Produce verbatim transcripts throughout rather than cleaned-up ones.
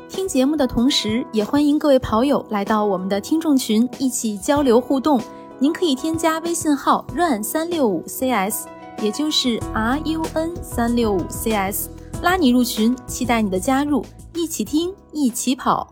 听节目的同时，也欢迎各位跑友来到我们的听众群，一起交流互动。您可以添加微信号 run 三六五 C S， 也就是 R U N 三六五 C S， 拉你入群，期待你的加入，一起听，一起跑。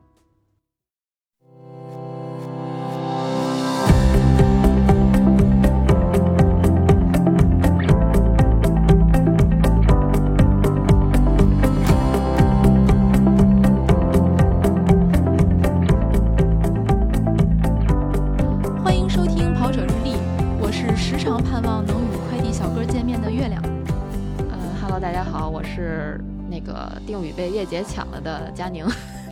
是那个定语被叶姐抢了的佳宁。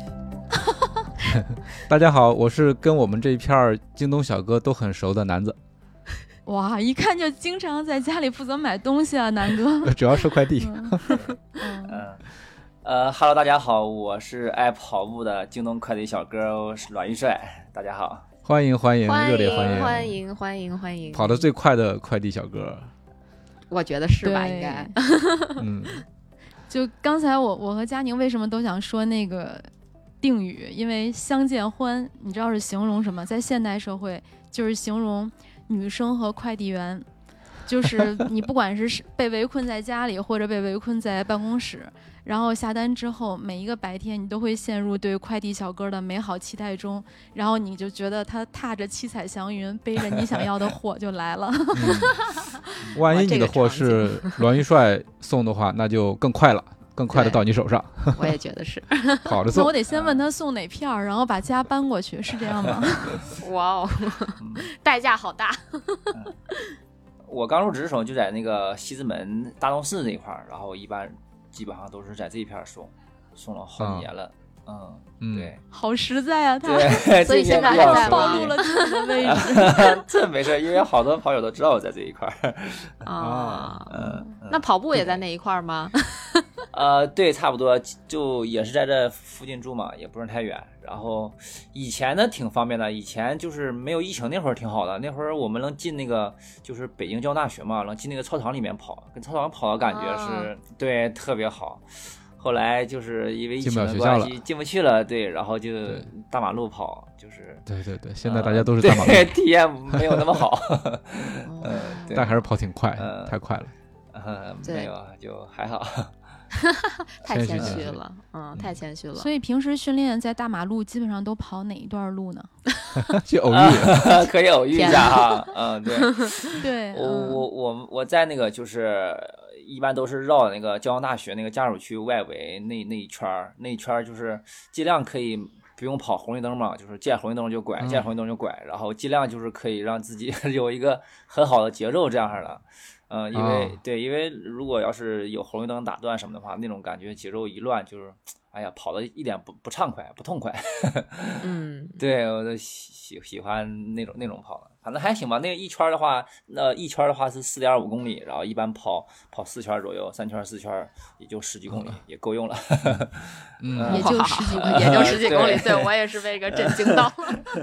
大家好，我是跟我们这一片京东小哥都很熟的南子。 哇，一看就经常在家里负责买东西啊，南哥。 主要收快递。 嗯，呃哈喽，大家好，我是爱跑步的京东快递小哥，我是阮玉帅，大家好， 欢迎欢迎，热烈欢迎欢迎欢迎欢迎， 跑得最快的快递小哥， 我觉得是吧？应该， 嗯。就刚才我我和佳宁为什么都想说那个定语，因为相见欢你知道是形容什么？在现代社会就是形容女生和快递员，就是你不管是被围困在家里或者被围困在办公室，然后下单之后每一个白天你都会陷入对快递小哥的美好期待中，然后你就觉得他踏着七彩祥云背着你想要的货就来了。 嗯，万一你的货是栾玉帅送的话，那就更快了，更快的到你手上。 我也觉得是。 跑着送。 那我得先问他送哪片，然后把家搬过去，是这样吗？ 哇哦，代价好大。 我刚入职的时候就在那个西直门大东市那一块，然后一般基本上都是在这一片送，送了好几年了。嗯嗯，对， 好实在啊，他。 所以现在还在暴露了自己的位置。 这没事，因为好多跑友都知道我在这一块。 啊，嗯，那跑步也在那一块吗？ 呃，对，差不多，就也是在这附近住嘛，也不是太远。然后以前呢挺方便的，以前就是没有疫情那会儿挺好的，那会儿我们能进那个就是北京交大学嘛，能进那个操场里面跑，跟操场跑的感觉是、啊、对特别好。后来就是因为疫情的关系进不去了，对，然后就大马路跑，就是对对对，现在大家都是大马路， 对，体验没有那么好， 嗯，但还是跑挺快，嗯、太快了， 嗯，没有，就还好。 太谦虚了，嗯，太谦虚了。 所以平时训练在大马路基本上都跑哪一段路呢？ 去偶遇、 啊，可以偶遇一下哈。嗯，对， 对， 我我我我在那个就是一般都是绕那个交通大学那个家属区外围那那一圈儿，那一圈儿就是尽量可以不用跑红绿灯嘛，就是见红绿灯就拐，见红绿灯就拐，然后尽量就是可以让自己有一个很好的节奏这样式的。嗯，因为、哦、对，因为如果要是有红绿灯打断什么的话，那种感觉节奏一乱，就是，哎呀，跑的一点不不畅快，不痛快。 嗯， 对，我都喜喜欢那种那种跑的，反正还行吧。那个一圈的话，呃，一圈的话是四点五公里，然后一般跑跑四圈左右，三圈四圈也就十几公里，嗯、也够用了。 嗯，也就十几公里， 也就十几公里。对，我也是被这个震惊到。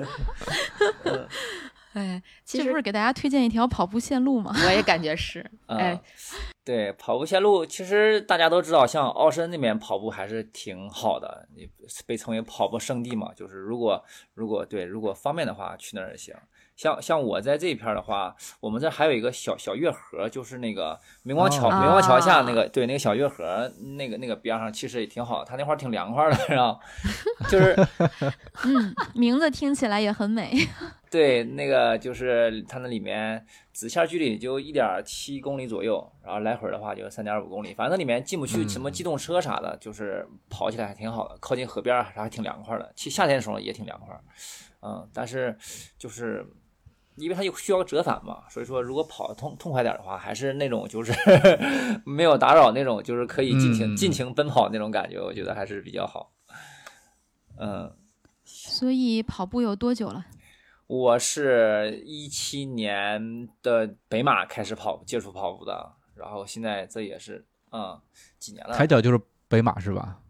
哎，其实这不是给大家推荐一条跑步线路吗？ 我也感觉是。哎、 嗯，对，跑步线路其实大家都知道，像奥森那边跑步还是挺好的，被称为跑步圣地嘛。就是如果如果对如果方便的话，去那儿行。像像我在这一片的话，我们这还有一个小小月河，就是那个明光桥、哦、明光桥下那个、啊、对那个小月河，那个那个边上其实也挺好，它那块儿挺凉快的，然后就是嗯，名字听起来也很美。 对，那个就是它那里面直线距离就一点七公里左右，然后来回的话就三点五公里，反正那里面进不去什么机动车啥的，嗯、就是跑起来还挺好的，靠近河边还挺凉快的。其实夏天的时候也挺凉快，嗯，但是就是因为它又需要折返嘛，所以说如果跑得痛痛快点的话，还是那种就是没有打扰那种，就是可以尽情、嗯、尽情奔跑那种感觉，我觉得还是比较好。嗯， 所以跑步有多久了？ 我是一七年的北马开始跑接触跑步的，然后现在这也是嗯几年了。 抬脚就是北马是吧？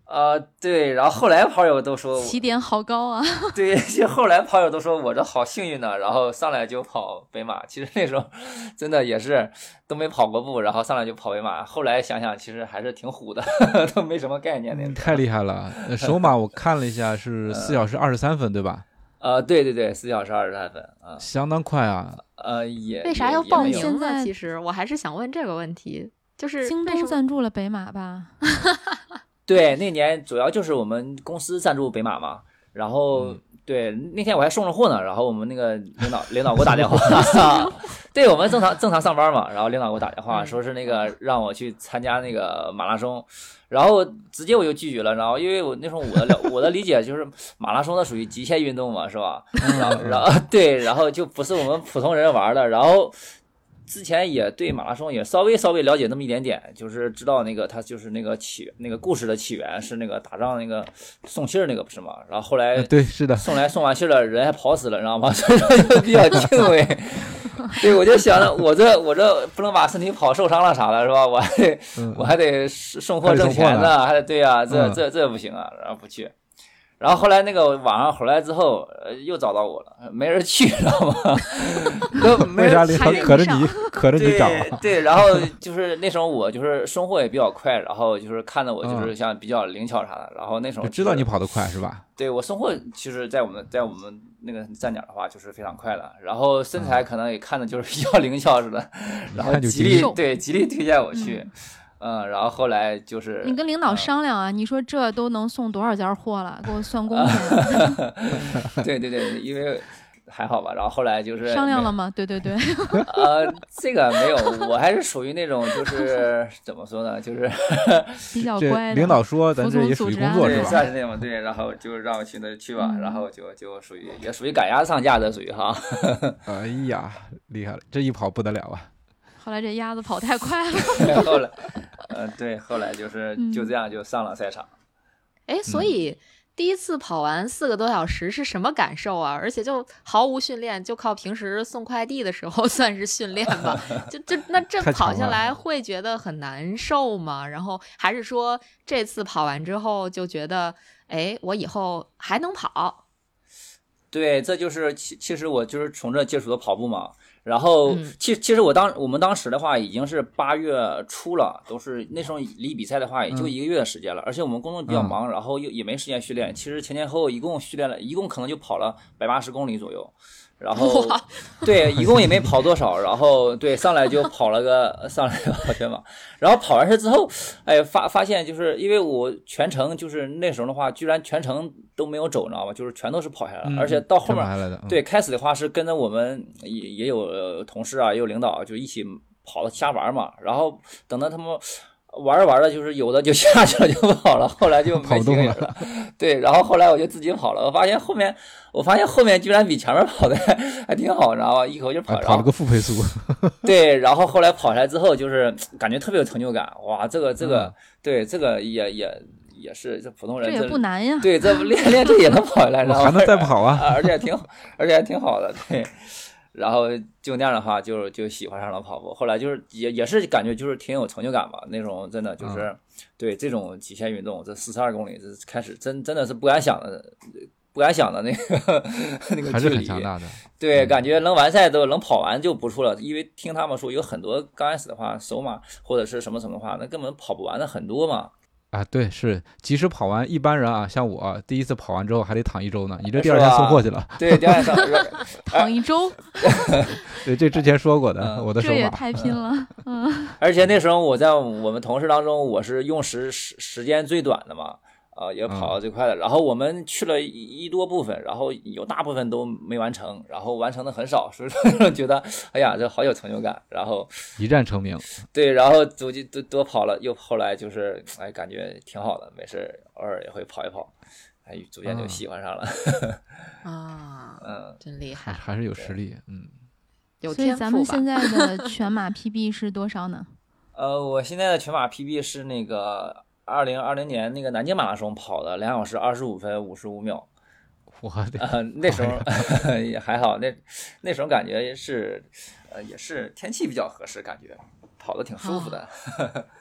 呃，对，然后后来跑友都说起点好高啊。 对，其实后来跑友都说我这好幸运呢，然后上来就跑北马。其实那时候真的也是都没跑过步，然后上来就跑北马。后来想想，其实还是挺虎的，都没什么概念那种、 嗯。太厉害了！首马我看了一下是四小时二十三分，对吧？ 呃，对对对，四小时二十三分啊、呃， 相当快啊。 呃，也为啥要报名现在其实我还是想问这个问题，就是京东赞助了北马吧？ 对，那年主要就是我们公司赞助北马嘛，然后、嗯、对那天我还送了货呢，然后我们那个领导领导给我打电话，对我们正常正常上班嘛，然后领导给我打电话说是那个让我去参加那个马拉松，然后直接我就拒绝了，然后因为我那时候我的我的理解就是马拉松的属于极限运动嘛，是吧？然后然后对，然后就不是我们普通人玩的，然后。之前也对马拉松也稍微稍微了解那么一点点，就是知道那个它就是那个起那个故事的起源是那个打仗那个送信儿那个不是吗？然后后来对是的， 送来送完信了，人还跑死了，知道吗？所以说就比较敬畏。对，我就想着我这我这不能把身体跑受伤了啥的，是吧？我还得、嗯、我还得送货挣钱呢，还得对呀、啊，这、嗯、这这不行啊，然后不去。然后后来那个网上回来之后，呃，又找到我了，没人去，知道吗？都没人去， 可着你，可着你找、啊。 对对，然后就是那时候我就是送货也比较快，然后就是看着我就是像比较灵巧啥的，然后那时候、就是、 知道你跑得快是吧？ 对，我送货其实在我们在我们那个站点的话就是非常快的，然后身材可能也看着就是比较灵巧似的，嗯、然后极力对极力推荐我去。嗯嗯，然后后来就是你跟领导商量啊，嗯、你说这都能送多少件货了，给我算工钱。 对对对，因为还好吧。然后后来就是商量了吗？对对对。 呃，这个没有，我还是属于那种就是怎么说呢，就是比较乖的。 领导说咱这也属于工作是吧？ 算是那种对，然后就让我去那去吧，嗯、然后就就属于也属于赶鸭子上架的属于哈。 哎呀，厉害了，这一跑不得了啊！ 后来这鸭子跑太快了。 后来，呃，对，后来就是就这样就上了赛场。 哎、嗯，所以第一次跑完四个多小时是什么感受啊？而且就毫无训练，就靠平时送快递的时候算是训练吧？就就那这跑下来会觉得很难受吗？然后还是说这次跑完之后就觉得，哎，我以后还能跑？ 对，这就是其其实我就是从这接触的跑步嘛。然后其其实我当我们当时的话已经是八月初了，都是那时候离比赛的话也就一个月的时间了，嗯、而且我们工作比较忙，嗯、然后又也没时间训练。其实前前后后一共训练了一共可能就跑了百八十公里左右。然后对，一共也没跑多少，然后对上来就跑了个上来跑全马，然后跑完事之后，哎发发现就是因为我全程就是那时候的话，居然全程都没有走，你知道吗？就是全都是跑下来了， 嗯、 而且到后面、 嗯、 对开始的话是跟着我们也也有同事啊，也有领导就一起跑了瞎玩嘛，然后等到他们。玩着玩着就是有的就下去了就跑了，后来就没几个人了。对，然后后来我就自己跑了，我发现后面我发现后面居然比前面跑的还, 还挺好，然后一口就跑， 跑了个负配速。 对，然后后来跑下来之后就是感觉特别有成就感，哇，这个这个、嗯、对这个也也也是这普通人这也不难呀。 对，这练练这也能跑下来，然后还能再跑啊， 而且挺而且还挺好的，对。然后就那样的话就就喜欢上了跑步，后来就是也也是感觉就是挺有成就感吧，那种真的就是、嗯、对这种极限运动，这四十二公里这开始真真的是不敢想的不敢想的那个那个距离， 还是很强大的。 对、嗯，感觉能完赛都能跑完就不错了，因为听他们说有很多刚开始的话首马或者是什么什么的话，那根本跑不完的很多嘛。 啊，对，是，即使跑完，一般人啊，像我第一次跑完之后还得躺一周呢，你这第二天送货去了， 对，第二天躺一周， 对，这之前说过的，嗯、我的手法， 这也太拼了，嗯。 而且那时候我在我们同事当中，我是用时时时间最短的嘛。啊，也跑到最快的、嗯，然后我们去了一多部分，然后有大部分都没完成，然后完成的很少，所以说觉得哎呀，这好有成就感，然后一战成名。 对，然后逐渐多多跑了，又后来就是哎，感觉挺好的，没事偶尔也会跑一跑，哎，逐渐就喜欢上了。 啊，嗯，真厉害， 还是有实力，嗯， 有天赋吧。 所以咱们现在的全马 P B 是多少呢？ 呃，我现在的全马 P B 是那个。二零二零年那个南京马拉松跑的两小时二十五分五十五秒， 我的、 呃、那时候也还好，那那时候感觉是呃也是天气比较合适，感觉跑的挺舒服的。 哦、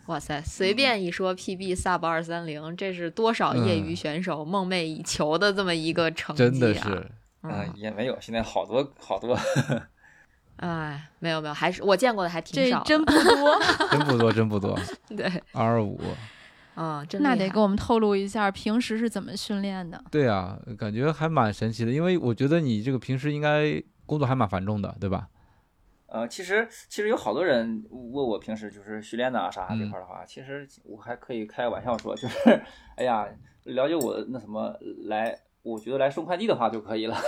哇塞，随便一说 P B sub 二三零，这是多少业余选手梦寐以求的这么一个成绩啊！ 真的是， 嗯、呃，也没有，现在好多好多。 哎，没有没有，还是我见过的还挺少的， 这真不多， 真不多，真不多。 对， 二五， 嗯，真那得给我们透露一下平时是怎么训练的。 对啊，感觉还蛮神奇的，因为我觉得你这个平时应该工作还蛮繁重的，对吧？ 呃，其实其实有好多人问我平时就是训练呐啥这块的话， 嗯、 其实我还可以开个玩笑说，就是哎呀，了解我那什么来，我觉得来送快递的话就可以了。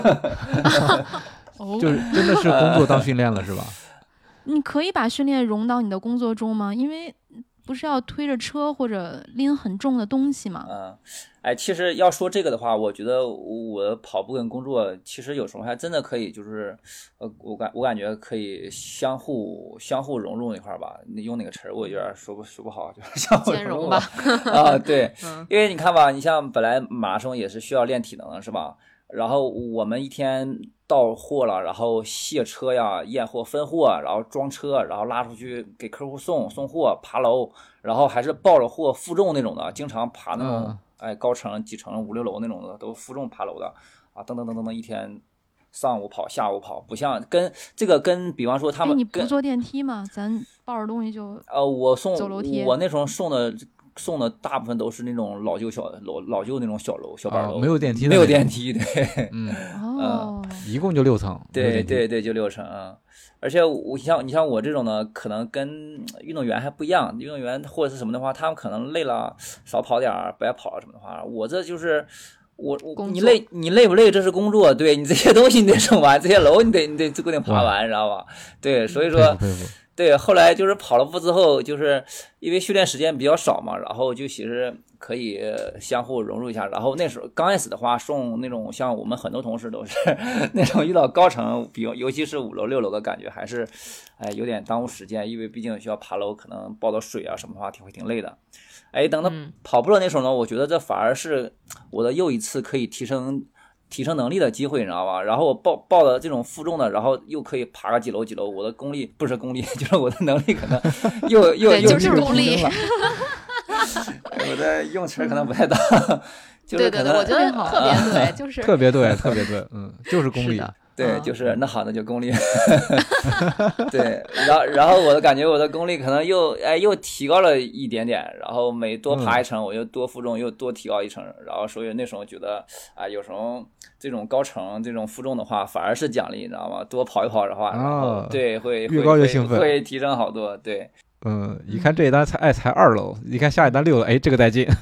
就是真的是工作当训练了，是吧？ 你可以把训练融到你的工作中吗？因为不是要推着车或者拎很重的东西吗？ 嗯，哎，其实要说这个的话，我觉得我跑步跟工作其实有时候还真的可以，就是呃，我感我感觉可以相互相互融入那块儿吧。你用那个词儿，我有点说不说不好，就是相互兼容吧。啊，对， 嗯、 因为你看吧，你像本来马拉松也是需要练体能的，是吧？然后我们一天到货了，然后卸车呀、验货、分货，然后装车，然后拉出去给客户送送货、爬楼，然后还是抱着货负重那种的，经常爬那种、嗯、哎高层几层五六楼那种的，都负重爬楼的啊，等等等等等，一天上午跑下午跑，不像跟这个跟比方说他们， 你不坐电梯吗？咱抱着东西就呃，我送走楼梯， 我那时候送的。送的大部分都是那种老旧小老老旧那种小楼小板楼、 哦，没有电梯， 没有电梯，对， 嗯， 哦， 一共就六层， 对对对，就六层啊。而且我像你像我这种呢，可能跟运动员还不一样，运动员或者是什么的话，他们可能累了少跑点儿，不爱跑了什么的话，我这就是我我你累你累不累这是工作，对你这些东西你得送完，这些楼你得你得固定爬完，知道吧？对，所以说。对，后来就是跑了步之后，就是因为训练时间比较少嘛，然后就其实可以相互融入一下。然后那时候刚开始的话，送那种像我们很多同事都是那种遇到高层，比尤其是五楼六楼的感觉，还是哎有点耽误时间，因为毕竟需要爬楼，可能抱到水啊什么的话，挺会挺累的。哎，等到跑步的那时候呢，我觉得这反而是我的又一次可以提升。提升能力的机会，你知道吧？然后我报报的这种负重的，然后又可以爬个几楼几楼，我的功力不是功力，就是我的能力可能又又又就是功力了。我的用词可能不太大，就是可能对对对，我觉得特别对，就是特别对，特别对，嗯，就是功力。 对，就是那好，那就功力。对，然后然后我的感觉，我的功力可能又哎又提高了一点点，然后每多爬一层，我又多负重，又多提高一层，然后所以那时候觉得啊，有时候这种高层这种负重的话，反而是奖励，你知道吗？多跑一跑的话，然后对会越高越兴奋， 会提升好多。对， 嗯，一看这一单才哎才二楼，一看下一单六楼，哎这个带劲。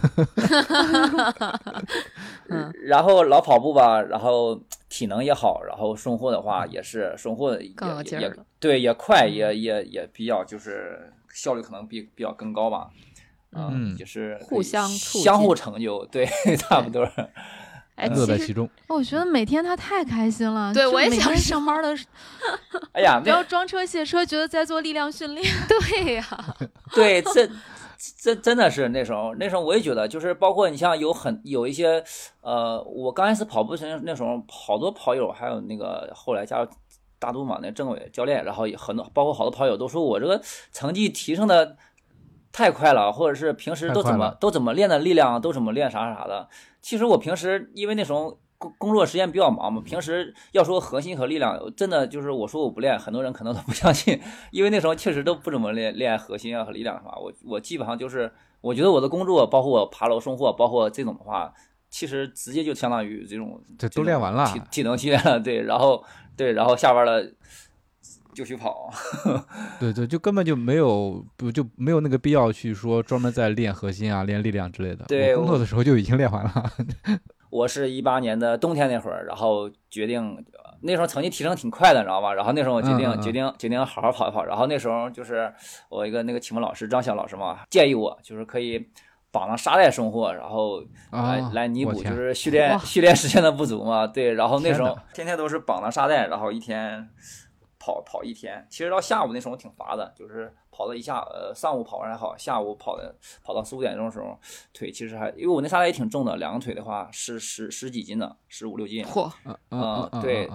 然后老跑步吧，然后体能也好，然后送货的话也是送货也更有劲儿了， 对，也快，也也也比较就是效率可能比比较更高吧， 嗯， 也是互相促进相互成就，对，差不多。 哎， 乐在其中。 我觉得每天他太开心了， 对我也想上班的。 哎呀， 不要装车卸车，觉得在做力量训练。 对呀， 对，这。这真的是那时候，那时候我也觉得，就是包括你像有很有一些，呃，我刚开始跑步时那时候，好多跑友还有那个后来加入大都嘛那政委教练，然后也很多，包括好多跑友都说我这个成绩提升的太快了，或者是平时都怎么都怎么练的力量，都怎么练啥啥的。其实我平时因为那时候工工作时间比较忙嘛，平时要说核心和力量，真的就是我说我不练，很多人可能都不相信，因为那时候确实都不怎么练练核心啊和力量的话，我我基本上就是，我觉得我的工作，包括我爬楼送货，包括这种的话，其实直接就相当于这种这都练完了， 体体能训练了，对，然后对，然后下班了就去跑， 对对，就根本就没有不就没有那个必要去说专门在练核心啊、练力量之类的， 对， 我工作的时候就已经练完了。 我是一八年的冬天那会儿，然后决定那时候成绩提升挺快的，你知道吧？然后那时候我决定、嗯嗯、决定决定好好跑一跑。然后那时候就是我一个那个启蒙老师张晓老师嘛，建议我就是可以绑上沙袋送货，然后来、哦、来弥补就是训练训练时间的不足嘛。对，然后那时候天天都是绑上沙袋，然后一天跑跑一天。其实到下午那时候挺乏的，就是跑到一下呃上午跑完还好，下午跑的跑到四五点钟的时候，腿其实还因为我那沙袋也挺重的，两个腿的话是十十几斤的，十五六斤。 嚯， 啊、呃，对，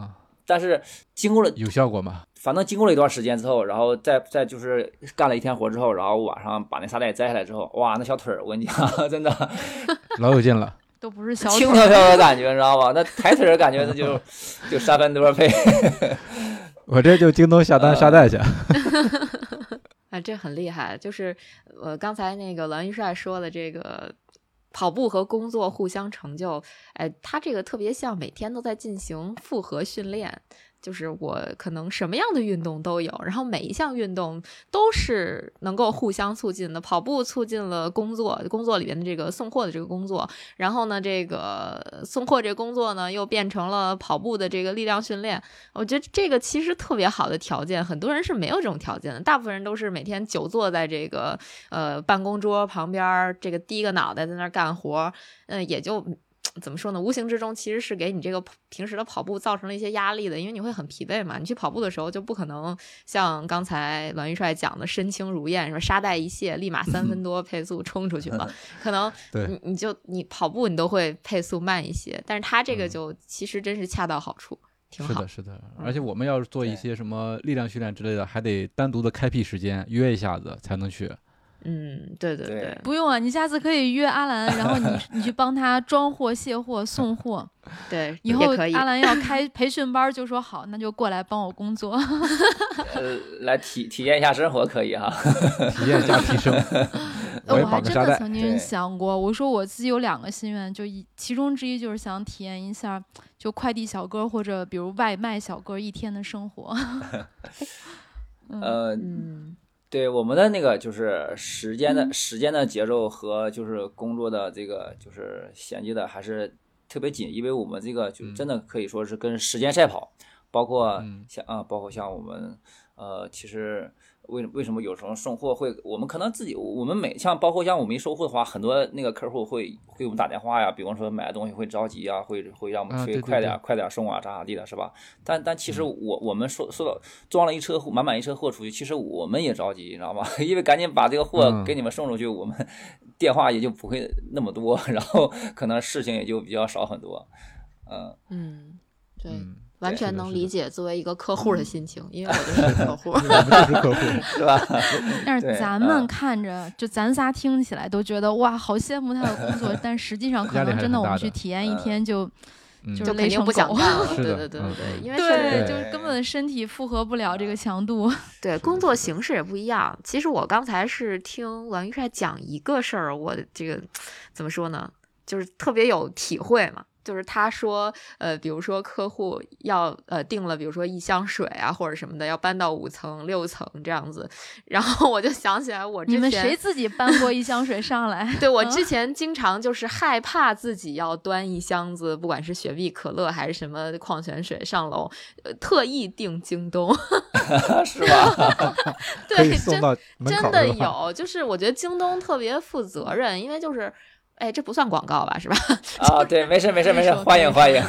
但是经过了有效果吗？ 反正经过了一段时间之后，然后再再就是干了一天活之后，然后晚上把那沙袋摘下来之后，哇，那小腿儿我跟你讲，真的老有劲了， 都不是小腿轻飘飘的感觉，你知道吗？那抬腿儿感觉那就就三分多倍。 我这就京东下单沙袋去。 啊，这很厉害，就是呃，刚才那个栾玉帅说的这个跑步和工作互相成就，哎，他这个特别像每天都在进行复合训练。就是我可能什么样的运动都有，然后每一项运动都是能够互相促进的。跑步促进了工作，工作里面的这个送货的这个工作，然后呢，这个送货这个工作呢又变成了跑步的这个力量训练。我觉得这个其实特别好的条件，很多人是没有这种条件的，大部分人都是每天久坐在这个呃办公桌旁边，这个低个脑袋在那儿干活，嗯、呃，也就。怎么说呢？无形之中其实是给你这个平时的跑步造成了一些压力的，因为你会很疲惫嘛。你去跑步的时候就不可能像刚才栾玉帅讲的身轻如燕，说沙袋一卸立马三分多配速冲出去了，可能你你就你跑步你都会配速慢一些，但是他这个就其实真是恰到好处。挺好。 是的，是的，而且我们要是做一些什么力量训练之类的，还得单独的开辟时间约一下子才能去。 嗯，对对对， 不用啊，你下次可以约阿兰，然后你你去帮他装货、卸货、送货。 对， 以后阿兰要开培训班，就说好，那就过来帮我工作。 呃，来体体验一下生活可以哈， 体验加提升。我, 我还真的曾经想过，我说我自己有两个心愿，就一其中之一就是想体验一下，就快递小哥或者比如外卖小哥一天的生活。 嗯、呃。嗯对我们的那个就是时间的、嗯、时间的节奏和就是工作的这个就是衔接的还是特别紧，因为我们这个就真的可以说是跟时间赛跑，嗯、包括像啊，包括像我们呃，其实为为什么有时候送货会，我们可能自己我们每像包括像我们一收货的话，很多那个客户会会给我们打电话呀，比方说买的东西会着急啊，会会让我们催快点、啊、对对对快点送啊，咋咋地的是吧？但但其实我、嗯、我们收收到装了一车货，满满一车货出去，其实我们也着急，你知道吗？因为赶紧把这个货给你们送出去，嗯、我们电话也就不会那么多，然后可能事情也就比较少很多。嗯嗯，对。嗯完全能理解作为一个客户的心情，因为我就是客户， 我们就是客户， 是吧？ 但是咱们看着，就咱仨听起来都觉得哇，好羡慕他的工作，但实际上可能真的我们去体验一天就就肯定不想干了。对对对对对，因为对，就根本身体负荷不了这个强度。 对，工作形式也不一样。其实我刚才是听栾玉帅讲一个事儿，我这个怎么说呢，就是特别有体会嘛。就是他说，呃，比如说客户要呃订了，比如说一箱水啊或者什么的，要搬到五层六层这样子，然后我就想起来我之前你们谁自己搬过一箱水上来？ 对，我之前经常就是害怕自己要端一箱子，不管是雪碧、可乐还是什么矿泉水上楼，呃、特意订京东， 是吧？ 对，真真的有，就是我觉得京东特别负责任，因为就是。哎，这不算广告吧，是吧？ 啊，对，没事没事没事，欢迎欢迎。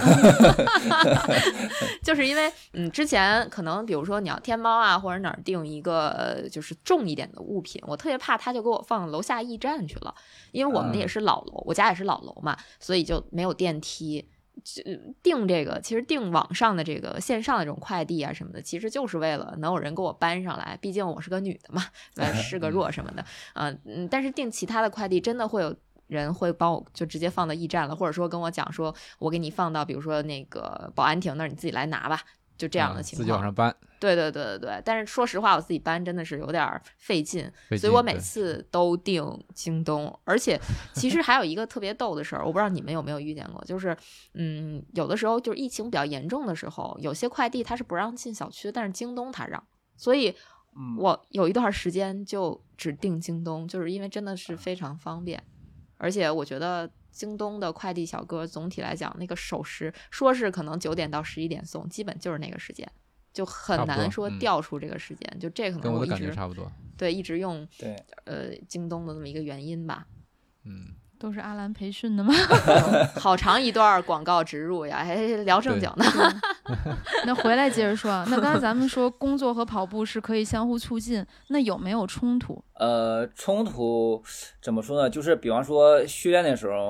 就是因为，嗯，之前可能比如说你要天猫啊，或者哪儿订一个、呃、就是重一点的物品，我特别怕他就给我放楼下驿站去了，因为我们也是老楼，嗯、我家也是老楼嘛，所以就没有电梯。订这个其实订网上的这个线上的这种快递啊什么的，其实就是为了能有人给我搬上来，毕竟我是个女的嘛，是个弱什么的，嗯嗯，但是订其他的快递真的会有。人会帮我就直接放到驿站了，或者说跟我讲说我给你放到比如说那个保安亭那儿，你自己来拿吧，就这样的情况、嗯、 自己往上搬。 对对对对对，但是说实话我自己搬真的是有点费劲，所以我每次都订京东。而且其实还有一个特别逗的事儿，我不知道你们有没有遇见过，就是嗯有的时候就是疫情比较严重的时候，有些快递它是不让进小区，但是京东它让，所以我有一段时间就只订京东，就是因为真的是非常方便。而且我觉得京东的快递小哥总体来讲那个守时说是可能九点到十一点送，基本就是那个时间，就很难说调出这个时间、嗯、就这可能我一直跟我的感觉差不多， 对一直用对呃京东的这么一个原因吧。 嗯， 都是阿兰培训的吗？ 好长一段广告植入呀，还聊正经的。 那回来接着说，那刚才咱们说工作和跑步是可以相互促进，那有没有冲突？ 呃，冲突怎么说呢？就是比方说训练的时候，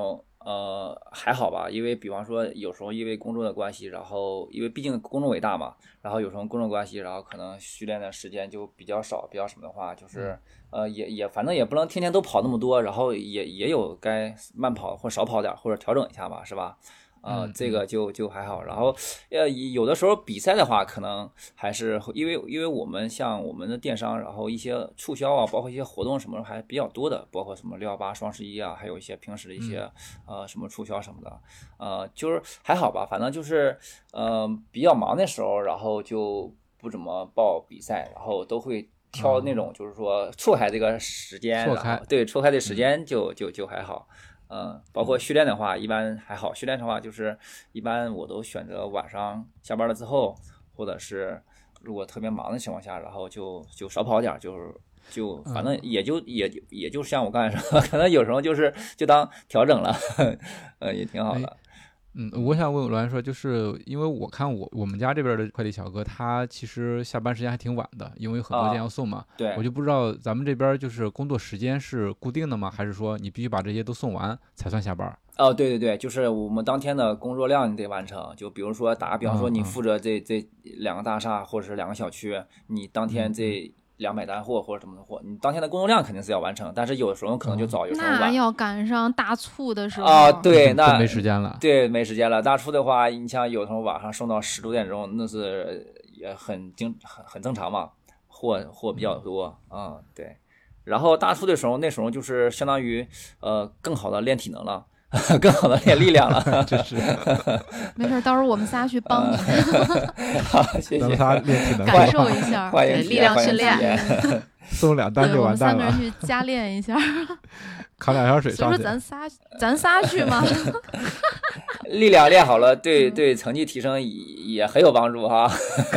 呃，还好吧，因为比方说有时候因为工作的关系，然后因为毕竟公众伟大嘛，然后有时候工作关系，然后可能训练的时间就比较少，比较什么的话，就是呃也也反正也不能天天都跑那么多，然后也也有该慢跑或少跑点或者调整一下吧，是吧？呃， 嗯、 这个就就还好。然后，呃，有的时候比赛的话，可能还是因为因为我们像我们的电商，然后一些促销啊，包括一些活动什么还比较多的，包括什么六幺八、双十一啊，还有一些平时的一些、嗯、呃什么促销什么的，呃，就是还好吧，反正就是呃比较忙的时候，然后就不怎么报比赛，然后都会挑那种就是说错开这个时间， 错开对错开的时间就就就还好。嗯，包括训练的话，一般还好。训练的话，就是一般我都选择晚上下班了之后，或者是如果特别忙的情况下，然后就就少跑点，就是就反正也就也也就像我刚才说，可能有时候就是就当调整了，呃，也挺好的。 嗯，我想问栾说，就是因为我看我我们家这边的快递小哥，他其实下班时间还挺晚的，因为很多件要送嘛。 啊、对， 我就不知道咱们这边就是工作时间是固定的吗？还是说你必须把这些都送完才算下班？ 哦，对对对，就是我们当天的工作量你得完成。就比如说打个比方说，你负责这、嗯、这两个大厦或者是两个小区，你当天这两百单货或者什么的货，你当天的工作量肯定是要完成，但是有时候可能就早，有时候晚。 那要赶上大促的时候啊，对，那没时间了。 对，没时间了。大促的话，你像有时候晚上送到十多点钟，那是也很经很很正常嘛，货货比较多啊、嗯，对。然后大促的时候，那时候就是相当于呃更好的练体能了。更好的练力量了， 真是。 没事，到时候我们仨去帮你。 好，谢谢。 咱们仨练体能， 感受一下， 欢迎力量训练。 送两单就完蛋了。 我们三个人去加练一下， 扛两箱水上去。 所以说咱仨，咱仨去吗？ 力量练好了，对对，成绩提升也也很有帮助哈。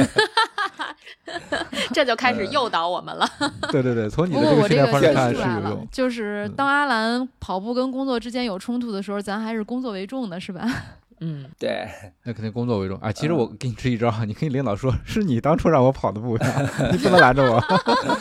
这就开始诱导我们了。 对对对，从你的这个训练方式看是有用。 就是当阿兰跑步跟工作之间有冲突的时候，咱还是工作为重的，是吧？ 嗯， 对， 那肯定工作为重啊。其实我给你支一招，你跟领导说，是你当初让我跑的步呀，你不能拦着我。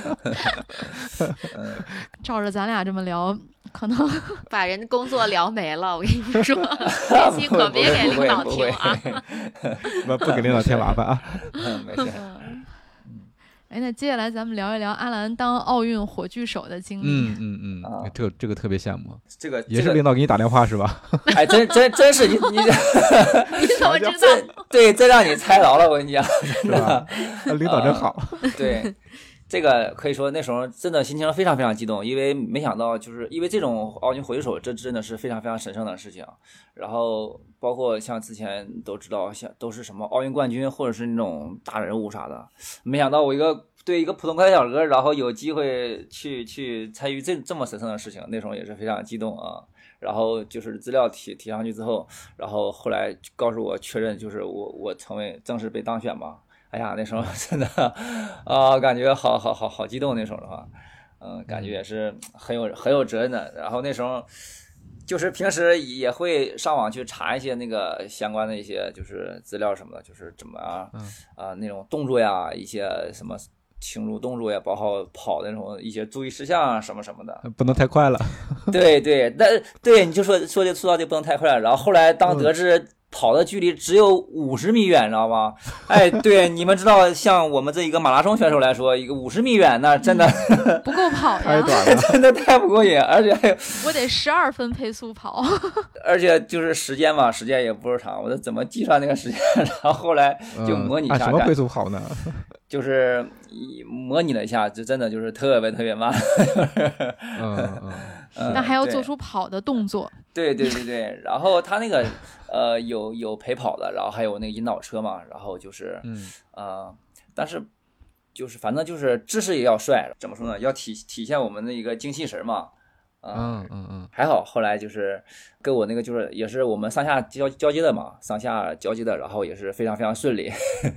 照着咱俩这么聊，可能把人工作聊没了。我跟你说，这期可别给领导听啊， 不不给领导添麻烦啊。 嗯，没事。 哎，那接下来咱们聊一聊阿兰当奥运火炬手的经历。 嗯嗯嗯，啊、这个这个特别羡慕。 这个也是领导给你打电话是吧？ 哎，真真真是你你你怎么知道？ 对，这让你猜着了，我跟你讲， 是吧？领导真好。 啊、对。这个可以说那时候真的心情非常非常激动，因为没想到就是因为这种奥运火炬手，这真的是非常非常神圣的事情。然后包括像之前都知道，像都是什么奥运冠军或者是那种大人物啥的，没想到我一个对一个普通快递小哥，然后有机会去去参与这这么神圣的事情，那时候也是非常激动啊。然后就是资料提提上去之后，然后后来告诉我确认，就是我我成为正式被当选嘛。哎呀，那时候真的啊、呃，感觉好好好好激动。那时候的话，嗯、呃，感觉也是很有很有责任的。然后那时候就是平时也会上网去查一些那个相关的一些就是资料什么的，就是怎么啊啊、呃、那种动作呀，一些什么庆祝动作呀，包括跑的那种一些注意事项啊什么什么的， 不能太快了。 对对，那对你就说说这说到就不能太快了。然后后来当得知。嗯跑的距离只有五十米远，你知道吗？哎，对，你们知道，像我们这一个马拉松选手来说，一个五十米远，那真的、 嗯、不够跑呀， 太短了， 真的太不过瘾，而且还有我得十二分配速跑， 而且就是时间嘛，时间也不是长，我这怎么计算那个时间？然后后来就模拟一下， 嗯、什么配速跑呢？ 就是模拟了一下，就真的就是特别特别慢。 嗯嗯。 嗯、 那还要做出跑的动作。 对对对对，然后他那个呃有有陪跑的，然后还有那个引导车嘛，然后就是嗯呃，但是就是反正就是姿势也要帅，怎么说呢？要体体现我们的一个精气神嘛。 呃、嗯嗯嗯， 还好后来就是跟我那个就是也是我们上下交交接的嘛，上下交接的，然后也是非常非常顺利。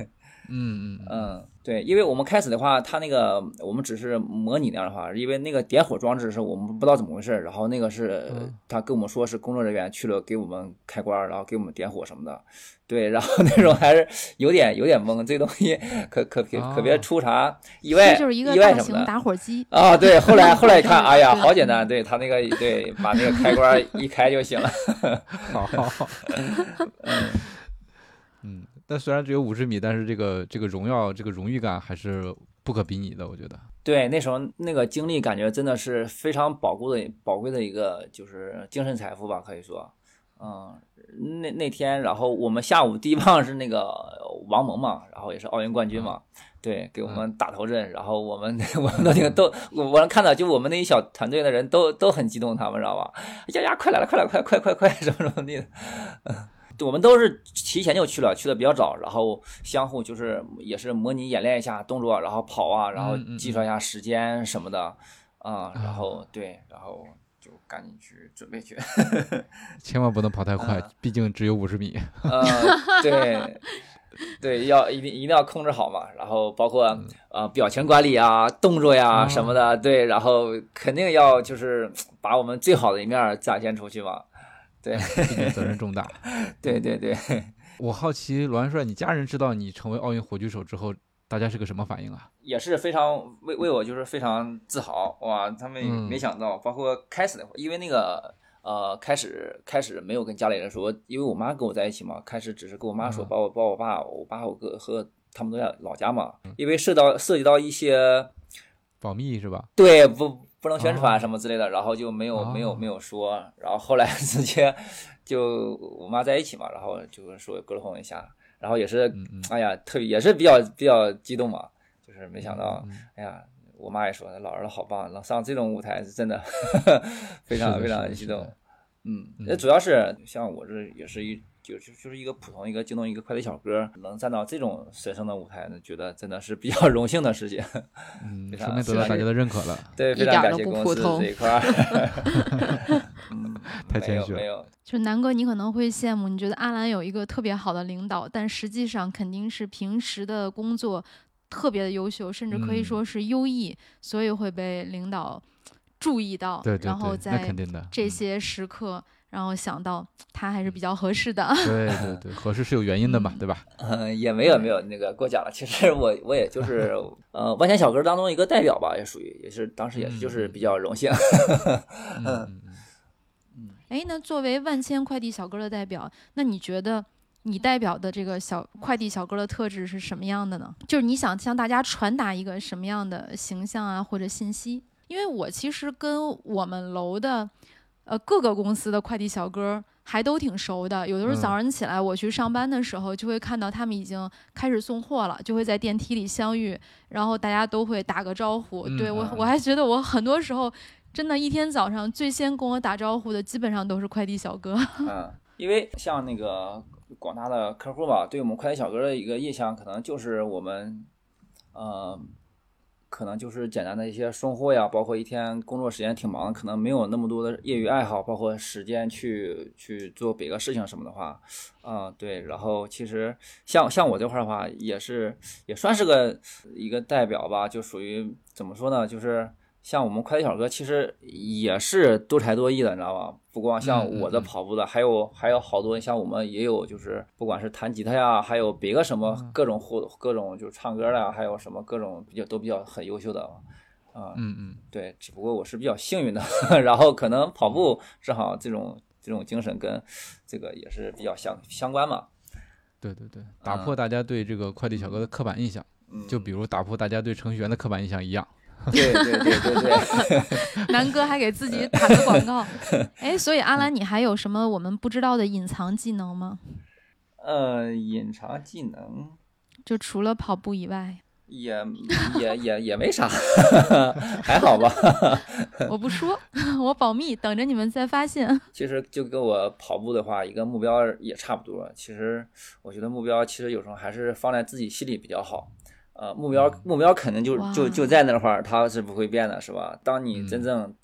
嗯嗯嗯，对，因为我们开始的话，它那个我们只是模拟那样的话，因为那个点火装置是我们不知道怎么回事，然后那个是、 嗯、 他跟我们说是工作人员去了给我们开关，然后给我们点火什么的，对，然后那种还是有点有点懵，这东西可可可可别出啥意外， 这就是一个意外什么的大型打火机啊、哦，对，后来后来一看，哎呀，好简单，对他那个对，把那个开关一开就行了， 好好好，嗯嗯。但虽然只有五十米，但是这个这个荣耀、这个荣誉感还是不可比拟的，我觉得。 对，那时候那个经历，感觉真的是非常宝贵的、宝贵的一个就是精神财富吧，可以说。嗯，那那天，然后我们下午第一棒是那个王蒙嘛，然后也是奥运冠军嘛，嗯、对，给我们打头阵，然后我们我们那个都，我能看到，就我们那一小团队的人都都很激动，他们知道吧？呀呀，快来了，快来，快快快快，什么什么的。嗯我们都是提前就去了，去的比较早，然后相互就是也是模拟演练一下动作，然后跑啊，然后计算一下时间什么的啊、嗯嗯，然后对，然后就赶紧去准备去， 千万不能跑太快，嗯、毕竟只有五十米。 呃，对。对，要一定一定要控制好嘛，然后包括、嗯、呃表情管理啊、动作呀、啊、什么的，对，然后肯定要就是把我们最好的一面展现出去嘛。对， 毕竟责任重大。 对对对， 我好奇罗安帅，你家人知道你成为奥运火炬手之后，大家是个什么反应啊？ 也是非常为为我就是非常自豪哇！他们没想到，嗯、包括开始的，因为那个呃开始开始没有跟家里人说，因为我妈跟我在一起嘛，开始只是跟我妈说，把我把我爸、我爸、我哥和他们都在老家嘛，因为涉到涉及到一些保密是吧？ 对，不。不能宣传什么之类的，哦、然后就没有、哦、没有没有说，然后后来直接就我妈在一起嘛，然后就说沟通一下，然后也是、嗯嗯、哎呀特别也是比较比较激动嘛，就是没想到、嗯、哎呀我妈也说老儿子好棒，能上这种舞台是真的非常非常激动，嗯，那主要是像我这也是一就就就是一个普通一个京东一个快递小哥，能站到这种神圣的舞台呢，觉得真的是比较荣幸的事情。 嗯，说明得到大家的认可了。 对，非常感谢公司这一块。嗯， 太谦虚了。 没有，没有。 就南哥，你可能会羡慕，你觉得阿兰有一个特别好的领导，但实际上肯定是平时的工作特别的优秀，甚至可以说是优异，嗯、所以会被领导注意到。 对对对， 然后在这些时刻。嗯然后想到他还是比较合适的， 对对对，合适是有原因的嘛，嗯、对吧？ 嗯，也没有没有那个过奖了。其实我我也就是呃万千小哥当中一个代表吧，也属于也是当时也是就是比较荣幸。 嗯嗯嗯。哎，那作为万千快递小哥的代表，那你觉得你代表的这个小快递小哥的特质是什么样的呢？就是你想向大家传达一个什么样的形象啊，或者信息？因为我其实跟我们楼的。呃，各个公司的快递小哥还都挺熟的。有的时候早上起来我去上班的时候，就会看到他们已经开始送货了，就会在电梯里相遇，然后大家都会打个招呼。 嗯、 对我，我还觉得我很多时候真的，一天早上最先跟我打招呼的，基本上都是快递小哥。 嗯，因为像那个广大的客户吧，对我们快递小哥的一个印象，可能就是我们，呃。可能就是简单的一些送货呀，包括一天工作时间挺忙的，可能没有那么多的业余爱好，包括时间去去做别的事情什么的话，啊、呃，对，然后其实像像我这块的话，也是也算是个一个代表吧，就属于怎么说呢，就是像我们快递小哥其实也是多才多艺的，你知道吧？不光像我这跑步的，嗯嗯嗯还有还有好多像我们也有，就是不管是弹吉他呀，还有别个什么各种互各种就是唱歌的呀，还有什么各种比较都比较很优秀的啊。 嗯嗯， 对，只不过我是比较幸运的，然后可能跑步正好这种这种精神跟这个也是比较相相关嘛。 对对对，打破大家对这个快递小哥的刻板印象， 嗯、 就比如打破大家对程序员的刻板印象一样。 对对对对对， 南哥还给自己打个广告。哎，所以阿兰，你还有什么我们不知道的隐藏技能吗？ 呃，隐藏技能， 就除了跑步以外， 也也也也没啥，还好吧。 我不说，我保密，等着你们再发现。 其实就跟我跑步的话，一个目标也差不多。其实我觉得目标其实有时候还是放在自己心里比较好。呃，目标目标肯定就就就在那块儿，它是不会变的，是吧？当你真正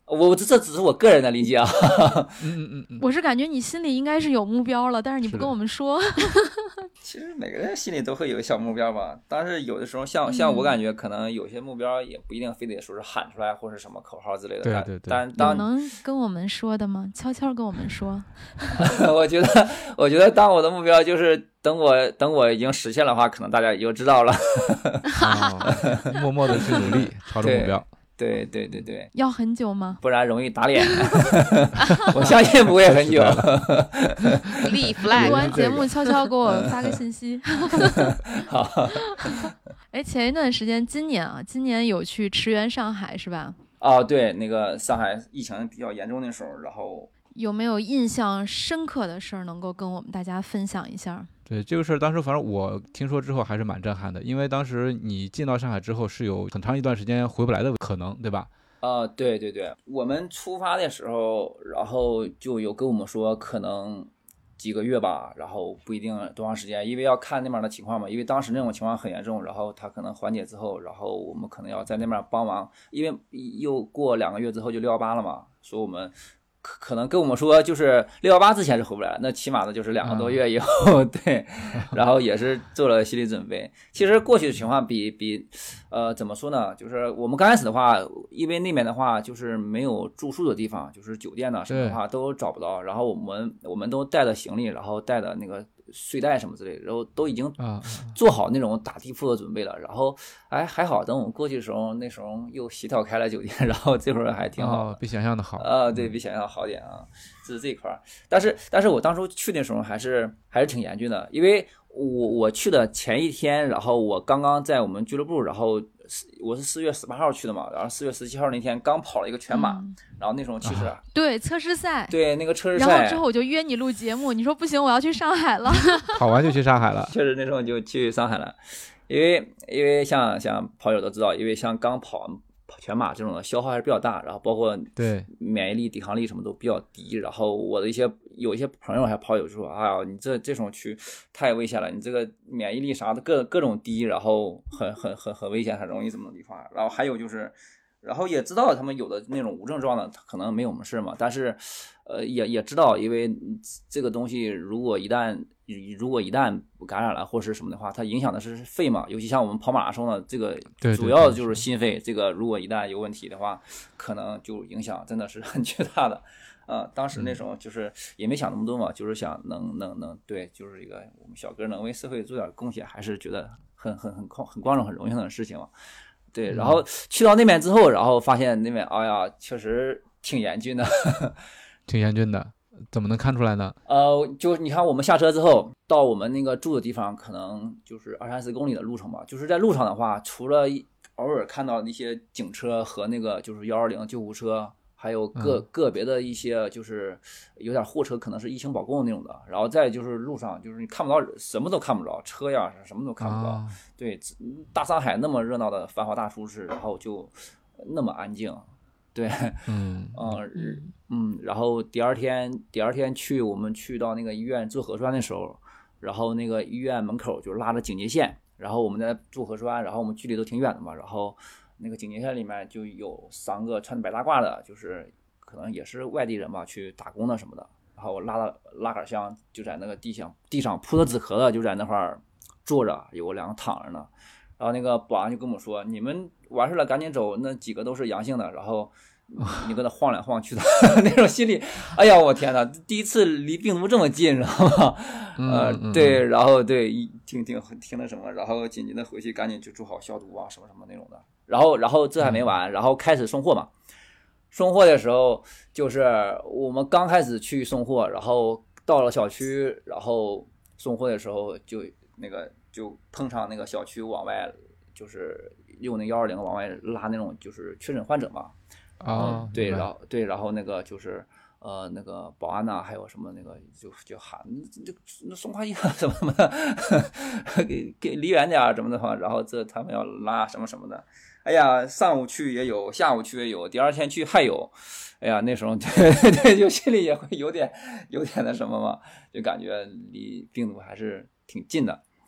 我这这只是我个人的理解啊。 嗯嗯嗯， 我是感觉你心里应该是有目标了，但是你不跟我们说。 其实每个人心里都会有小目标吧，但是有的时候像像我感觉可能有些目标也不一定非得说是喊出来或是什么口号之类的。 对对对。 但当能跟我们说的吗？悄悄跟我们说。 我觉得我觉得当我的目标就是等我等我已经实现的话，可能大家也就知道了。 哦、默默的去努力，朝着目标。 对对对对， 要很久吗？ 不然容易打脸。我相信不会很久。 立 flag， 录完节目悄悄给我发个信息。 好。 哎，前一段时间，今年啊，今年有去驰援上海是吧？ 哦，对，那个上海疫情比较严重的时候，然后有没有印象深刻的事儿能够跟我们大家分享一下？ 对这个事儿，当时反正我听说之后还是蛮震撼的，因为当时你进到上海之后是有很长一段时间回不来的可能，对吧？ 啊、呃，对对对，我们出发的时候，然后就有跟我们说可能几个月吧，然后不一定多长时间，因为要看那边的情况嘛，因为当时那种情况很严重，然后他可能缓解之后，然后我们可能要在那边帮忙，因为又过两个月之后就六幺八了嘛，所以我们。可可能跟我们说，就是六幺八之前是回不来，那起码的就是两个多月以后，嗯、对，然后也是做了心理准备。其实过去的情况比比，呃，怎么说呢？就是我们刚开始的话，因为那边的话就是没有住宿的地方，就是酒店呢什么的话都找不到，然后我们我们都带的行李，然后带的那个睡袋什么之类的，然后都已经做好那种打地铺的准备了。然后哎还好，等我们过去的时候，那时候又协调开了酒店，然后这会儿还挺好的， 哦，比想象的好啊、呃，对比想象好点啊，这是这一块儿。但是但是我当初去的时候还是还是挺严峻的，因为我我去的前一天，然后我刚刚在我们俱乐部，然后我是四月十八号去的嘛，然后四月十七号那天刚跑了一个全马，嗯、然后那时候其实、啊、 对测试赛， 对那个测试赛， 然后之后我就约你录节目，你说不行，我要去上海了， 跑完就去上海了， 确实那时候就去上海了，因为因为像像跑友都知道，因为像刚跑完全马这种的消耗还是比较大，然后包括对免疫力、抵抗力什么都比较低。然后我的一些有一些朋友还跑友就说：“哎呀，你这这种去太危险了，你这个免疫力啥的各各种低，然后很很很很危险，很容易怎么地方。”然后还有就是，然后也知道他们有的那种无症状的可能没有我们事嘛，但是呃也也知道，因为这个东西如果一旦如果一旦感染了或是什么的话，它影响的是肺嘛，尤其像我们跑马拉松的这个主要就是心肺，对对对，这个如果一旦有问题的话，可能就影响真的是很巨大的。啊、呃，当时那时候就是也没想那么多嘛，就是想能能能对，就是一个我们小哥能为社会做点贡献，还是觉得很很很很光荣、很荣幸的事情嘛。对，然后去到那边之后，然后发现那边哎呀，确实挺严峻的， 挺严峻的。怎么能看出来呢？ 呃，就你看我们下车之后，到我们那个住的地方，可能就是二三十公里的路程吧。就是在路上的话，除了偶尔看到那些警车和那个就是幺二零救护车，还有个、嗯、个别的一些就是有点货车，可能是疫情保供那种的。然后再就是路上，就是你看不到什么都看不着，车呀什么都看不着。啊、对，大上海那么热闹的繁华大都市，然后就那么安静。对，嗯嗯嗯，然后第二天第二天去我们去到那个医院做核酸的时候，然后那个医院门口就拉着警戒线，然后我们在做核酸，然后我们距离都挺远的嘛，然后那个警戒线里面就有三个穿白大褂的，就是可能也是外地人吧，去打工的什么的，然后拉了拉杆箱就在那个地上地上铺的纸壳子就在那块儿坐着，有两个躺着呢。然后那个保安就跟我们说，你们完事了赶紧走，那几个都是阳性的，然后你跟他晃来晃去的那种心里，哎呀我天哪，第一次离病毒这么近，知道吗？呃对，然后对听听听那什么，然后紧急的回去赶紧就做好消毒啊什么什么那种的，然后然后这还没完，然后开始送货嘛，送货的时候就是我们刚开始去送货，然后到了小区，然后送货的时候就那个就碰上那个小区往外，就是用那幺二零往外拉那种就是确诊患者嘛。 啊、哦， 对，然后对，然后那个就是呃那个保安呐、啊，还有什么那个就就喊就那送快递啊什么什么的，给给离远点什么的话，然后这他们要拉什么什么的，哎呀，上午去也有，下午去也有，第二天去还有，哎呀，那时候对对，就心里也会有点有点那什么嘛，就感觉离病毒还是挺近的。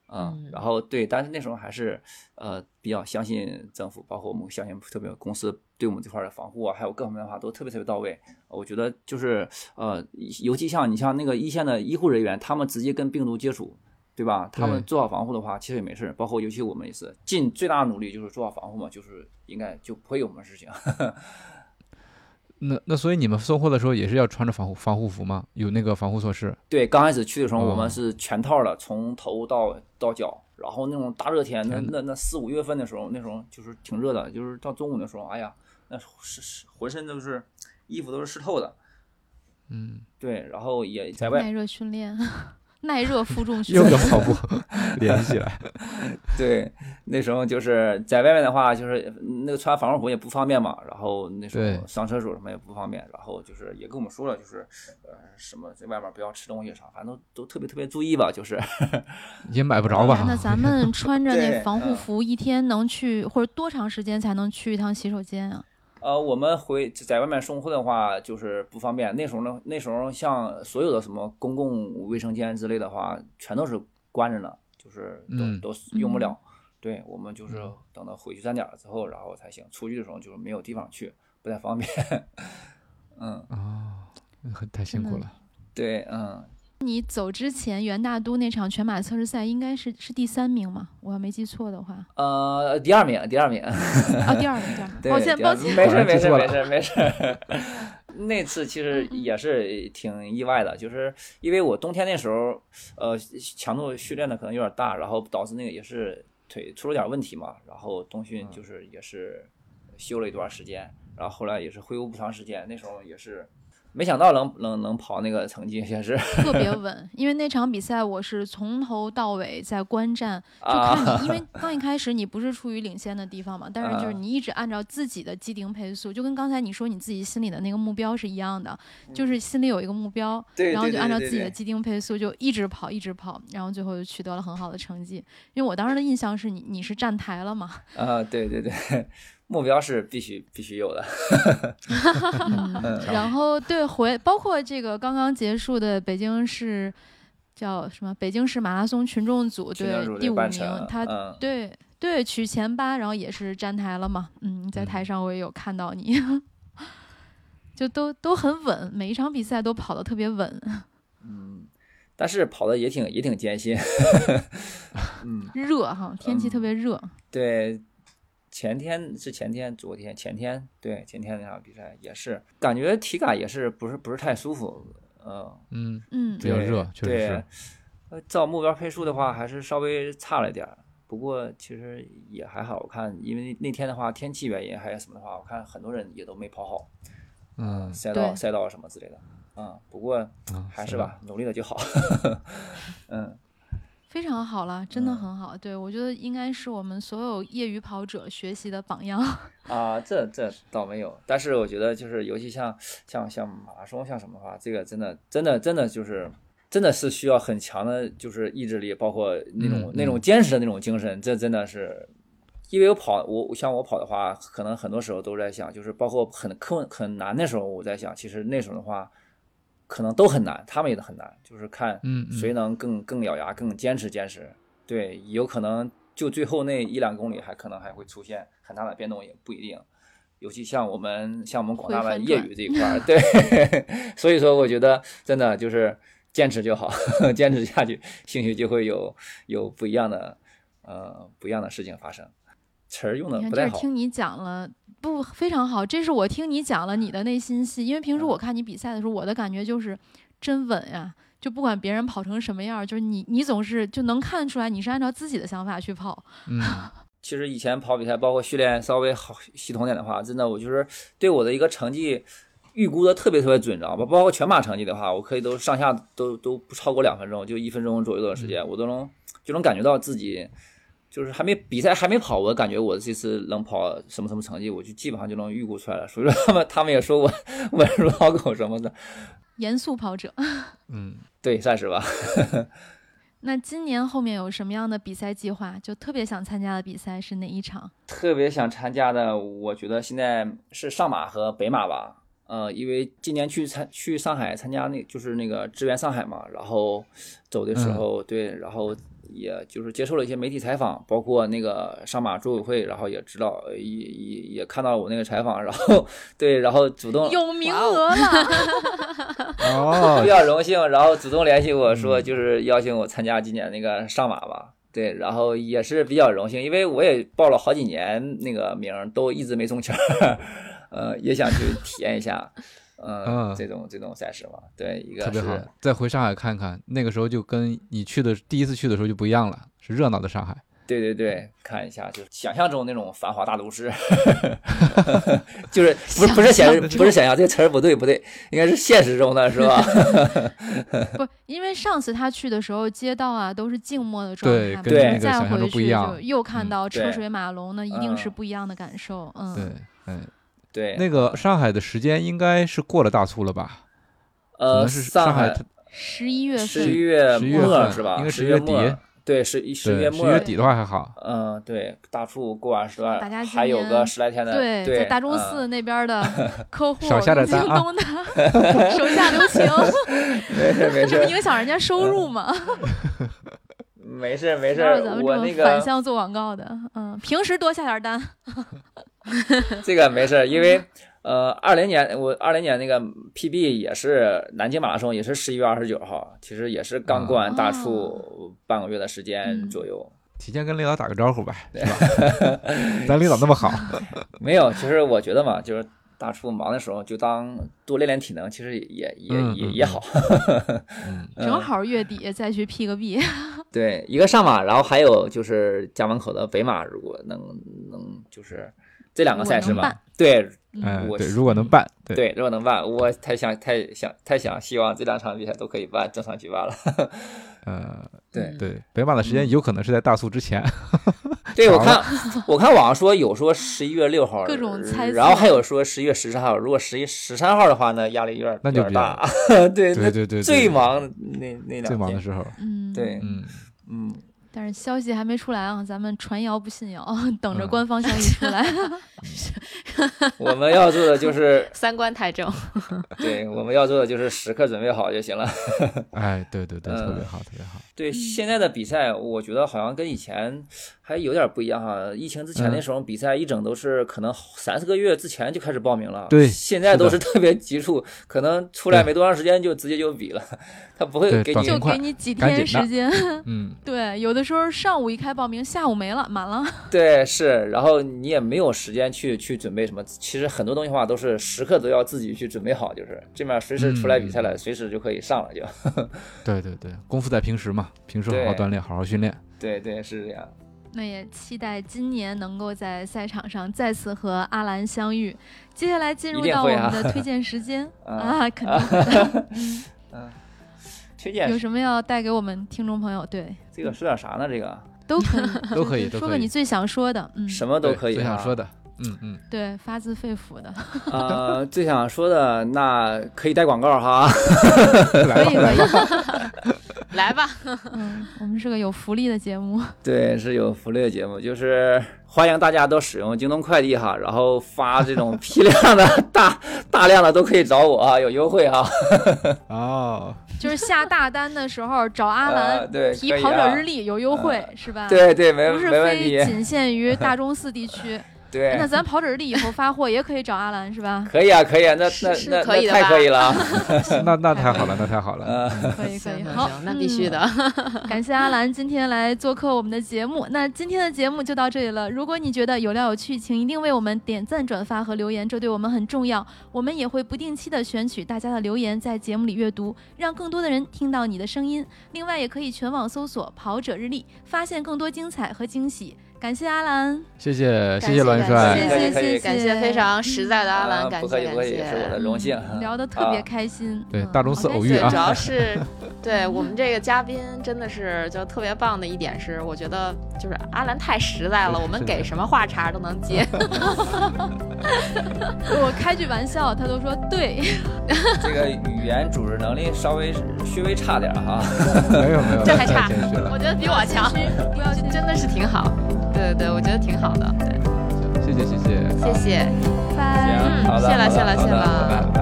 嗯，然后对，但是那时候还是呃比较相信政府，包括我们相信特别公司对我们这块的防护啊，还有各方面的话都特别特别到位。我觉得就是呃，尤其像你像那个一线的医护人员，他们直接跟病毒接触，对吧？他们做好防护的话，其实也没事。包括尤其我们也是尽最大的努力，就是做好防护嘛，就是应该就不会有什么事情。 那那所以你们送货的时候也是要穿着防护防护服吗？有那个防护措施？ 对，刚开始去的时候我们是全套的，从头到到脚。然后那种大热天，那那那四五月份的时候，那时候就是挺热的，就是到中午的时候，哎呀，那是是浑身都是衣服都是湿透的。 嗯， 对，然后也在外耐热训练。耐热负重训又跟跑步联系起来。 对，那时候就是在外面的话，就是那个穿防护服也不方便嘛，然后那时候上厕所什么也不方便，然后就是也跟我们说了，就是呃什么在外面不要吃东西啥，反正都都特别特别注意吧，就是也买不着吧。 那咱们穿着那防护服一天能去或者多长时间才能去一趟洗手间啊？ 呃，我们回在外面送货的话，就是不方便。那时候呢，那时候像所有的什么公共卫生间之类的话，全都是关着呢，就是都、 嗯、 都用不了。对，我们就是等到回去站点了之后，然后才行。出去的时候就是没有地方去，不太方便。嗯， 哦，太辛苦了。 对，嗯。 你走之前，元大都那场全马测试赛应该是是第三名嘛？我要没记错的话。 呃，第二名，第二名。 啊，第二名，第二名。抱歉，抱歉。 没事，没事，没事，没事。那次其实也是挺意外的，就是因为我冬天那时候，呃，强度训练的可能有点大，然后导致那个也是腿出了点问题嘛，然后冬训就是也是休了一段时间，然后后来也是恢复不长时间，那时候也是。没想到能能能跑那个成绩，也是特别稳。因为那场比赛我是从头到尾在观战，就看你，啊、因为刚一开始你不是处于领先的地方嘛，但是就是你一直按照自己的既定配速，就跟刚才你说你自己心里的那个目标是一样的，就是心里有一个目标， 嗯、 然后就按照自己的既定配速就一直跑，一直跑，然后最后就取得了很好的成绩。因为我当时的印象是你你是站台了嘛？ 啊，对对对。目标是必须必须有的。 嗯、然后对回包括这个刚刚结束的北京市叫什么北京市马拉松群众组对第五名，他、 嗯、 对对取前八，然后也是站台了嘛。嗯，在台上我也有看到你，就都都很稳，每一场比赛都跑得特别稳。 嗯，但是跑的也挺也挺艰辛。 嗯，热哈，天气特别热。 嗯、对。前天是前天，昨天前天，对前天那场比赛也是，感觉体感也是不是不是太舒服，呃、 嗯嗯， 比较热，确实是。 呃，照目标配速的话，还是稍微差了点，不过其实也还好。我看，因为那天的话，天气原因还有什么的话，我看很多人也都没跑好， 嗯， 赛道赛道什么之类的，嗯，不过还是吧， 嗯、 努力了就好，嗯。 非常好了，真的很好。嗯、对，我觉得应该是我们所有业余跑者学习的榜样。 啊，这这倒没有，但是我觉得就是，尤其像像像马拉松像什么的话，这个真的真的真的就是真的是需要很强的，就是意志力，包括那种、 嗯、 那种坚持的那种精神。这真的是，因为我跑我像我跑的话，可能很多时候都在想，就是包括很困很难的时候，我在想，其实那时候的话。可能都很难，他们也很难，就是看谁能更更咬牙、更坚持坚持。对，有可能就最后那一两公里还可能还会出现很大的变动，也不一定。尤其像我们像我们广大的业余这一块，对，所以说我觉得真的就是坚持就好，坚持下去，兴许就会有有不一样的呃不一样的事情发生。词儿用的不太好。 听你讲了，不非常好。这是我听你讲了你的内心戏，因为平时我看你比赛的时候，我的感觉就是真稳呀，就不管别人跑成什么样，就是你你总是就能看出来你是按照自己的想法去跑。 嗯， 其实以前跑比赛，包括训练稍微好系统点的话，真的我就是对我的一个成绩预估的特别特别准，知道吧？包括全马成绩的话，我可以都上下都都不超过两分钟，就一分钟左右的时间，我都能就能感觉到自己。就是还没比赛还没跑，我感觉我这次能跑什么什么成绩，我就基本上就能预估出来了。所以说他们他们也说我稳如老狗什么的， 严肃跑者。 嗯， 对，算是吧。 那今年后面有什么样的比赛计划？就特别想参加的比赛是哪一场？ 特别想参加的，我觉得现在是上马和北马吧。呃，因为今年去参去上海参加那就是那个支援上海嘛，然后走的时候、嗯、对，然后也就是接受了一些媒体采访，包括那个上马组委会，然后也知道也也也看到了我那个采访，然后对，然后主动有名额了， 哦， 比较荣幸，然后主动联系我说就是邀请我参加今年那个上马吧。对，然后也是比较荣幸，因为我也报了好几年那个名，都一直没中签，呃，也想去体验一下，呃、嗯，这种这种赛事嘛。对，一个特别好。再回上海看看，那个时候就跟你去的第一次去的时候就不一样了，是热闹的上海。 对对对，看一下，就是想象中那种繁华大都市，就是不是不是想不是想象，这个词儿不对不对，应该是现实中的是吧？ 不，因为上次他去的时候，街道啊都是静默的状态嘛， 对，跟那个再想象中不一样， 回去就又看到车水马龙，那、 嗯、 一定是不一样的感受。嗯， 对，嗯， 对， 那个上海的时间应该是过了大促了吧？ 呃， 可能是上海十一月份， 十一月末是吧？ 应该十月底。 对，十十月末， 十月底的话还好。 嗯，对，大促过完十万，还有个十来天的。 对， 对在大钟寺那边的客户， 少下点单啊， 手下留情。 没事没事， 这不影响人家收入吗？ 没事没事，我那个反向做广告的，嗯，平时多下点单。 这个没事，因为。呃，二零年我二零年那个 P B 也是南京马拉松，也是十一月二十九号，其实也是刚过完大促半个月的时间左右。 哦嗯、 提前跟领导打个招呼吧，是吧？咱领导那么好。 没有，其实我觉得嘛，就是大促忙的时候，就当多练练体能，其实也也、嗯、也也好。 嗯、正好月底再去 P 个 B。 对，一个上马，然后还有就是家门口的北马，如果能能就是这两个赛事嘛，对。 嗯，对，如果能办，对， 对，如果能办，我太想太想太想希望这两场比赛都可以办，正常举办了。 呃， 对对，北马的时间有可能是在大促之前。 对，我看我看网上说有说十一月六号， 各种猜测， 然后还有说十一月十三号。如果十一十三号的话呢，压力有点那就有点大。对对对对， 最忙那那两天最忙的时候， 嗯， 对， 嗯嗯。 但是消息还没出来啊，咱们传谣不信谣，等着官方消息出来。 嗯、我们要做的就是三观太正。 对，我们要做的就是时刻准备好就行了。 哎，对对对， 嗯、 特别好，特别好。 对，现在的比赛，我觉得好像跟以前还有点不一样哈。疫情之前那时候比赛一整都是可能三四个月之前就开始报名了， 对， 现在都是特别急促，可能出来没多长时间就直接就比了，他不会给你就给你几天时间。 嗯， 对，有的时候上午一开报名，下午没了，满了。 对，是，然后你也没有时间去去准备什么。其实很多东西的话都是时刻都要自己去准备好，就是这面随时出来比赛了，嗯、随时就可以上了就。 对对对，功夫在平时嘛，平时好好锻炼，好好训练。 对对是这样。 那也期待今年能够在赛场上再次和阿兰相遇。接下来进入到我们的推荐时间 啊, 啊，肯定会的。嗯嗯，推荐有什么要带给我们听众朋友？对， 这个说点啥呢？这个都可以， 都可以， 说个你最想说的，嗯， 什么都可以、啊， 最想说的。嗯嗯， 对，发自肺腑的。 呃，最想说的那可以带广告哈， 可以可以， 来吧。 嗯，我们是个有福利的节目。 对，是有福利的节目，就是欢迎大家都使用京东快递哈，然后发这种批量的大大量的都可以找我啊，有优惠哈。 哦。 就是下大单的时候找阿兰、 呃、对提跑者日历有优惠、呃、是吧？ 对对，没不是非仅限于大钟寺地区。 对， 那咱跑者日历以后发货也可以找阿兰是吧？ 可以啊，可以啊，那那那可以那太可以了， 那那太好了，那太好了， 嗯、可以可以，好， 那必须的。 嗯、感谢阿兰今天来做客我们的节目，那今天的节目就到这里了。如果你觉得有料有趣，请一定为我们点赞、转发和留言，这对我们很重要。我们也会不定期的选取大家的留言，在节目里阅读，让更多的人听到你的声音。另外，也可以全网搜索跑者日历，发现更多精彩和惊喜。感谢阿兰， 谢谢谢谢栾帅， 谢谢谢谢， 感谢非常实在的阿兰， 嗯、 感谢不可以不可以，是我的荣幸， 嗯、聊得特别开心。 啊、对， 嗯、 大钟寺偶遇啊， 主要是对我们这个嘉宾真的是就特别棒的一点是，我觉得就是阿兰太实在了，我们给什么话茬都能接。 我开句玩笑，他都说对。 这个语言组织能力稍微稍微差点哈， 没有没有， 这还差，我觉得比我强， 不要真的是挺好。对对对，我觉得挺好的。对， 谢谢谢谢谢谢， 拜拜。 嗯，谢了谢了谢了。